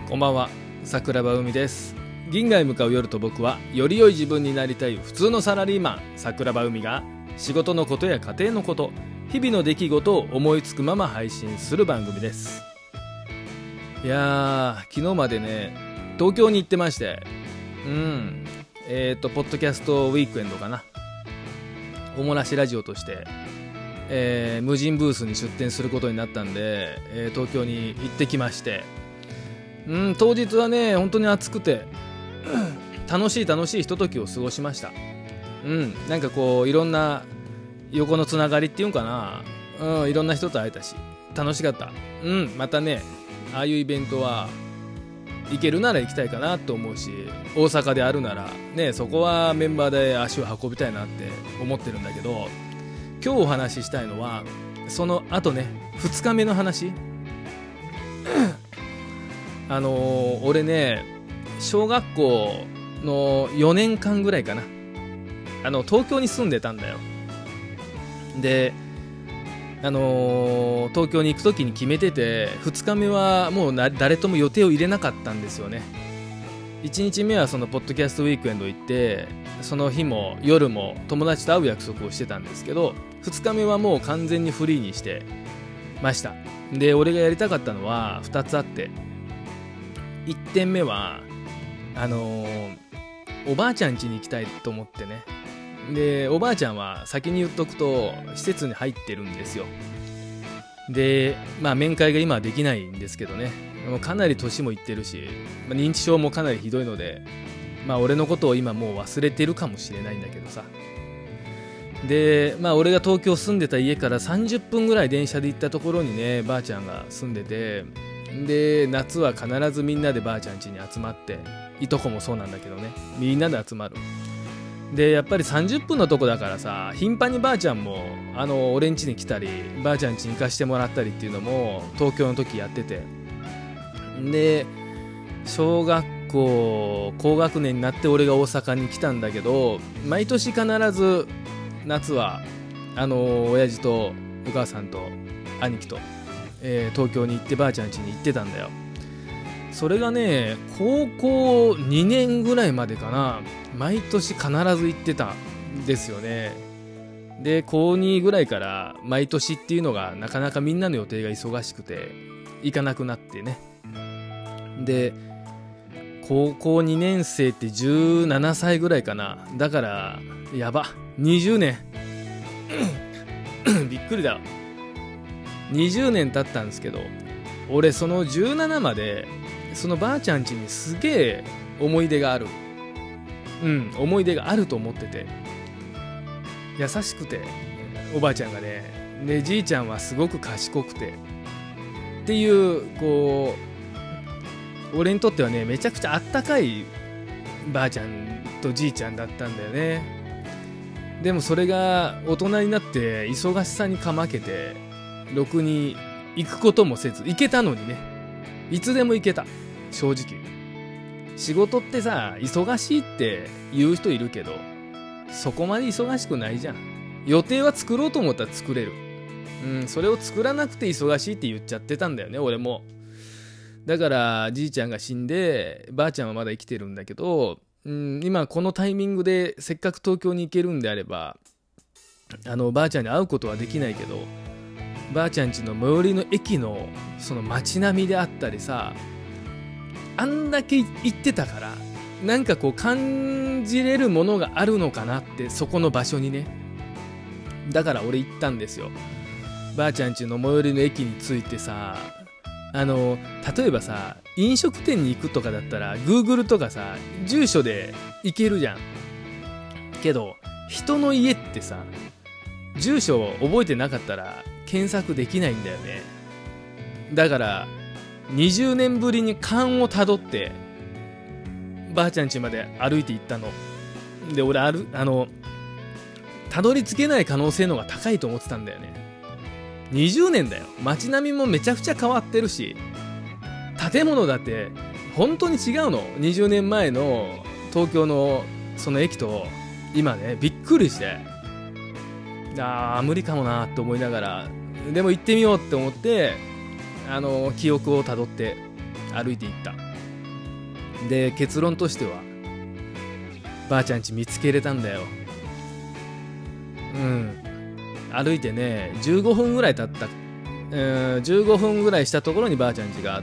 こんばんは、桜庭海です。銀河へ向かう夜と僕は、より良い自分になりたい普通のサラリーマン桜庭海が仕事のことや家庭のこと、日々の出来事を思いつくまま配信する番組です。いやー、昨日までね東京に行ってまして、ポッドキャストウィークエンドかな、おもらしラジオとして、無人ブースに出店することになったんで、東京に行ってきまして、当日はね本当に暑くて楽しいひとときを過ごしました。なんかこういろんな横のつながりっていうんかな、いろんな人と会えたし楽しかった。またねああいうイベントは行けるなら行きたいかなと思うし、大阪であるならねそこはメンバーで足を運びたいなって思ってるんだけど、今日お話ししたいのはその後ね2日目の話。俺ね小学校の4年間ぐらいかな、東京に住んでたんだよ。で東京に行く時に決めてて、2日目はもう誰とも予定を入れなかったんですよね。1日目はそのポッドキャストウィークエンド行って、その日も夜も友達と会う約束をしてたんですけど、2日目はもう完全にフリーにしてました。で俺がやりたかったのは2つあって、1点目はおばあちゃん家に行きたいと思ってね。でおばあちゃんは先に言っとくと施設に入ってるんですよ。で面会が今はできないんですけどね、もうかなり年もいってるし、認知症もかなりひどいので、俺のことを今もう忘れてるかもしれないんだけどさ。で俺が東京住んでた家から30分ぐらい電車で行ったところにねばあちゃんが住んでて、で夏は必ずみんなでばあちゃん家に集まって、いとこもそうなんだけどね、みんなで集まる。でやっぱり30分のとこだからさ、頻繁にばあちゃんも俺ん家に来たりばあちゃん家に行かしてもらったりっていうのも東京の時やってて、で小学校高学年になって俺が大阪に来たんだけど、毎年必ず夏は親父とお母さんと兄貴と東京に行ってばあちゃん家に行ってたんだよ。それがね高校2年ぐらいまでかな、毎年必ず行ってたんですよね。で高2ぐらいから毎年っていうのがなかなかみんなの予定が忙しくて行かなくなってね。で高校2年生って17歳ぐらいかな、だからやば20年びっくりだ、20年経ったんですけど、俺その17までそのばあちゃん家にすげえ思い出がある。思い出があると思ってて、優しくておばあちゃんがね、でじいちゃんはすごく賢くてっていう、こう俺にとってはねめちゃくちゃあったかいばあちゃんとじいちゃんだったんだよね。でもそれが大人になって忙しさにかまけてろくに行くこともせず、行けたのにね、いつでも行けた。正直仕事ってさ忙しいって言う人いるけど、そこまで忙しくないじゃん。予定は作ろうと思ったら作れる。それを作らなくて忙しいって言っちゃってたんだよね俺も。だからじいちゃんが死んでばあちゃんはまだ生きてるんだけど、今このタイミングでせっかく東京に行けるんであればばあちゃんに会うことはできないけど、ばあちゃん家の最寄りの駅のその街並みであったりさ、あんだけ行ってたからなんかこう感じれるものがあるのかなって、そこの場所にね。だから俺行ったんですよ。ばあちゃん家の最寄りの駅に着いてさ、例えばさ飲食店に行くとかだったら Google とかさ住所で行けるじゃん。けど人の家ってさ住所を覚えてなかったら検索できないんだよね。だから20年ぶりに勘をたどってばあちゃん家まで歩いて行ったので、俺たどり着けない可能性の方が高いと思ってたんだよね。20年だよ。街並みもめちゃくちゃ変わってるし、建物だって本当に違うの。20年前の東京のその駅と今ね、びっくりして、無理かもなって思いながら、でも行ってみようって思って記憶をたどって歩いていった。 で結論としてはばあちゃん家見つけれたんだよ。歩いてね15分ぐらい経った15分ぐらいしたところにばあちゃん家があって、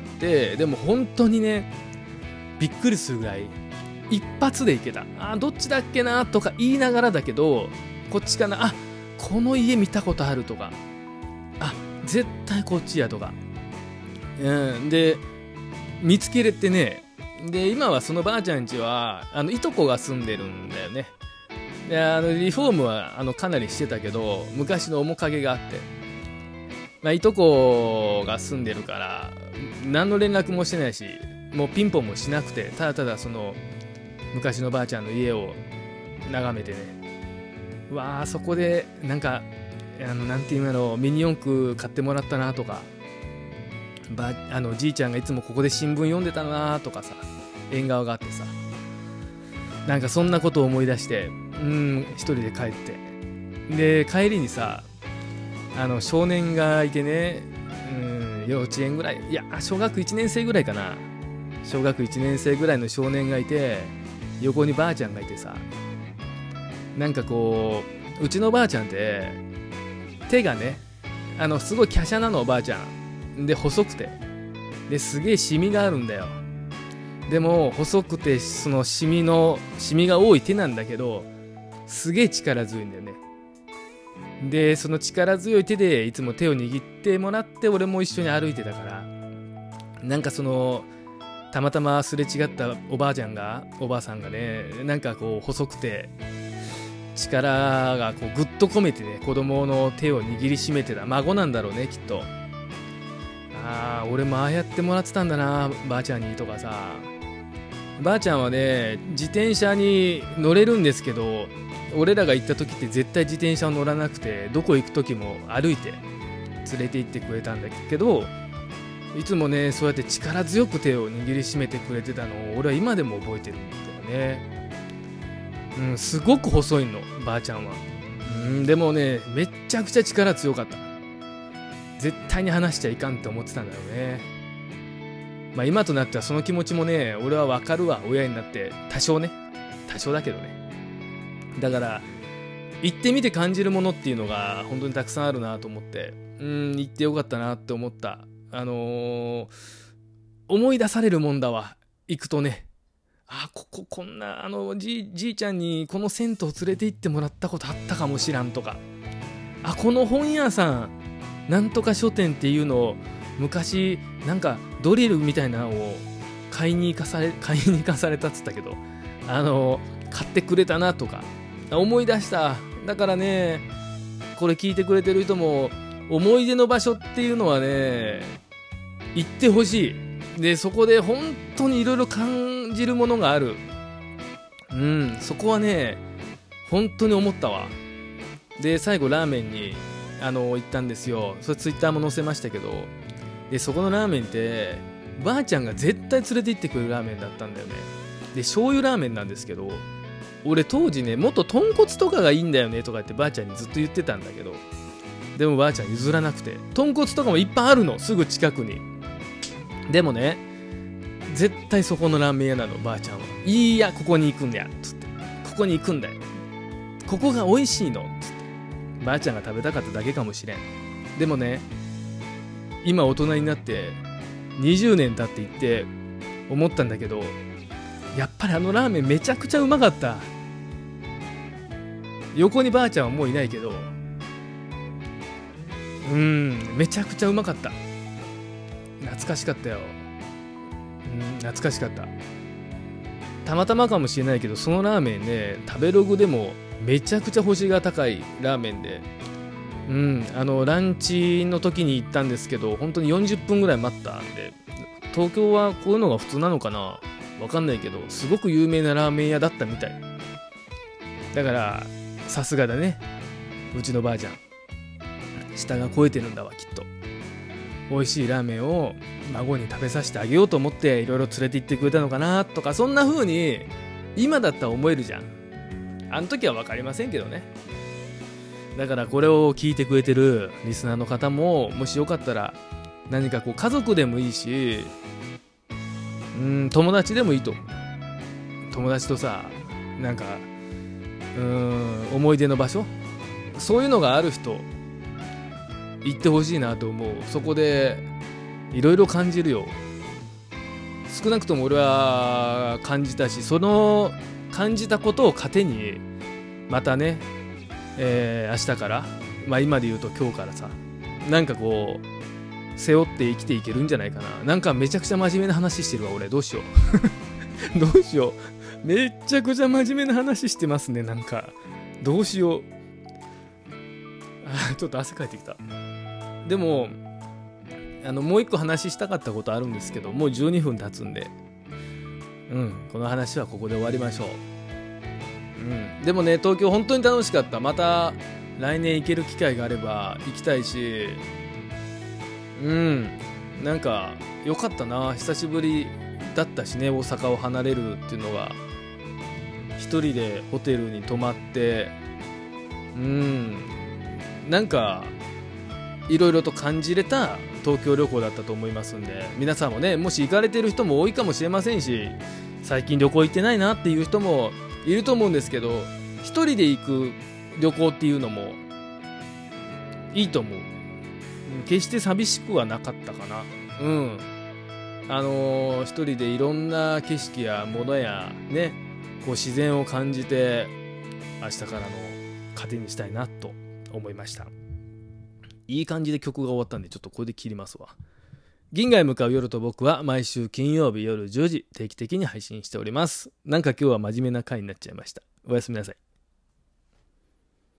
でも本当にねびっくりするぐらい一発で行けた。どっちだっけなとか言いながらだけど、こっちかな、この家見たことあるとか、絶対こっちやとか、で見つけれてね。で今はそのばあちゃん家はいとこが住んでるんだよね。でリフォームはかなりしてたけど、昔の面影があって、いとこが住んでるから何の連絡もしてないし、もうピンポンもしなくて、ただただその昔のばあちゃんの家を眺めてね、そこでなんかなんていうんだろう、ミニ四駆買ってもらったなとか、じいちゃんがいつもここで新聞読んでたなとかさ、縁側があってさ、なんかそんなことを思い出して、一人で帰って、で帰りにさ少年がいてね、幼稚園ぐらい、いや小学1年生ぐらいかな、小学1年生ぐらいの少年がいて、横にばあちゃんがいてさ、なんかこうちのばあちゃんって手がねすごい華奢なの、おばあちゃんで細くて、ですげえシミがあるんだよ。でも細くてそのシミが多い手なんだけど、すげえ力強いんだよね。でその力強い手でいつも手を握ってもらって、俺も一緒に歩いてたから、なんかそのたまたますれ違ったおばあさんがね、なんかこう細くて力がこうぐっと込めてね、子供の手を握りしめてた。孫なんだろうね、きっと。俺もやってもらってたんだな、ばあちゃんにとかさ。ばあちゃんはね自転車に乗れるんですけど、俺らが行った時って絶対自転車を乗らなくて、どこ行く時も歩いて連れて行ってくれたんだけど、いつもねそうやって力強く手を握りしめてくれてたのを俺は今でも覚えてるんだよね。すごく細いの、ばあちゃんは。でもねめっちゃくちゃ力強かった。絶対に離しちゃいかんって思ってたんだよね。今となってはその気持ちもね俺は分かるわ、親になって。多少だけどね。だから行ってみて感じるものっていうのが本当にたくさんあるなと思って、行ってよかったなって思った。思い出されるもんだわ、行くとね。こんなじいちゃんにこの銭湯連れて行ってもらったことあったかもしらんとか、この本屋さんなんとか書店っていうのを昔なんかドリルみたいなのを買いに行かされたっつったけど、買ってくれたなとか思い出した。だからねこれ聞いてくれてる人も思い出の場所っていうのはね行ってほしい。でそこで本当にいろいろ感じるものがある。そこはね本当に思ったわ。で最後ラーメンに行ったんですよ。それツイッターも載せましたけど、でそこのラーメンってばあちゃんが絶対連れて行ってくれるラーメンだったんだよね。で醤油ラーメンなんですけど、俺当時ねもっと豚骨とかがいいんだよねとかってばあちゃんにずっと言ってたんだけど、でもばあちゃん譲らなくて、豚骨とかもいっぱいあるの、すぐ近くに。でもね絶対そこのラーメン屋なの、ばあちゃんは。いやここに行くんだよつって、ここに行くんだよ、ここが美味しいのつって。ばあちゃんが食べたかっただけかもしれん。でもね今大人になって20年経っていって思ったんだけど、やっぱりラーメンめちゃくちゃうまかった。横にばあちゃんはもういないけど、めちゃくちゃうまかった。懐かしかったよ。懐かしかった。たまたまかもしれないけど、そのラーメンね食べログでもめちゃくちゃ星が高いラーメンで、ランチの時に行ったんですけど、本当に40分ぐらい待ったんで、東京はこういうのが普通なのかなわかんないけど、すごく有名なラーメン屋だったみたい。だからさすがだね、うちのばあちゃん。舌が肥えてるんだわ、きっと。美味しいラーメンを孫に食べさせてあげようと思っていろいろ連れて行ってくれたのかなとか、そんな風に今だったら思えるじゃん。あの時は分かりませんけどね。だからこれを聞いてくれてるリスナーの方も、もしよかったら何かこう家族でもいいし、 友達でもいいと思う。友達とさ、なんか思い出の場所、そういうのがある人行ってほしいなと思う。そこでいろいろ感じるよ。少なくとも俺は感じたし、その感じたことを糧にまたね、明日から、今で言うと今日からさ、なんかこう背負って生きていけるんじゃないかな。なんかめちゃくちゃ真面目な話してるわ俺。どうしようどうしよう、めっちゃくちゃ真面目な話してますね。なんかどうしよう。ちょっと汗かいてきた。でももう一個話したかったことあるんですけど、もう12分経つんで、この話はここで終わりましょう。でもね、東京本当に楽しかった。また来年行ける機会があれば行きたいし、なんか良かったな。久しぶりだったしね、大阪を離れるっていうのは。一人でホテルに泊まって、なんかいろいろと感じれた東京旅行だったと思いますんで、皆さんもね、もし行かれてる人も多いかもしれませんし、最近旅行行ってないなっていう人もいると思うんですけど、一人で行く旅行っていうのもいいと思う。決して寂しくはなかったかな。一人でいろんな景色やものやね、こう自然を感じて明日からの糧にしたいなと思いました。いい感じで曲が終わったんで、ちょっとこれで切りますわ。銀河へ向かう夜と僕は毎週金曜日夜10時定期的に配信しております。なんか今日は真面目な回になっちゃいました。おやすみなさい。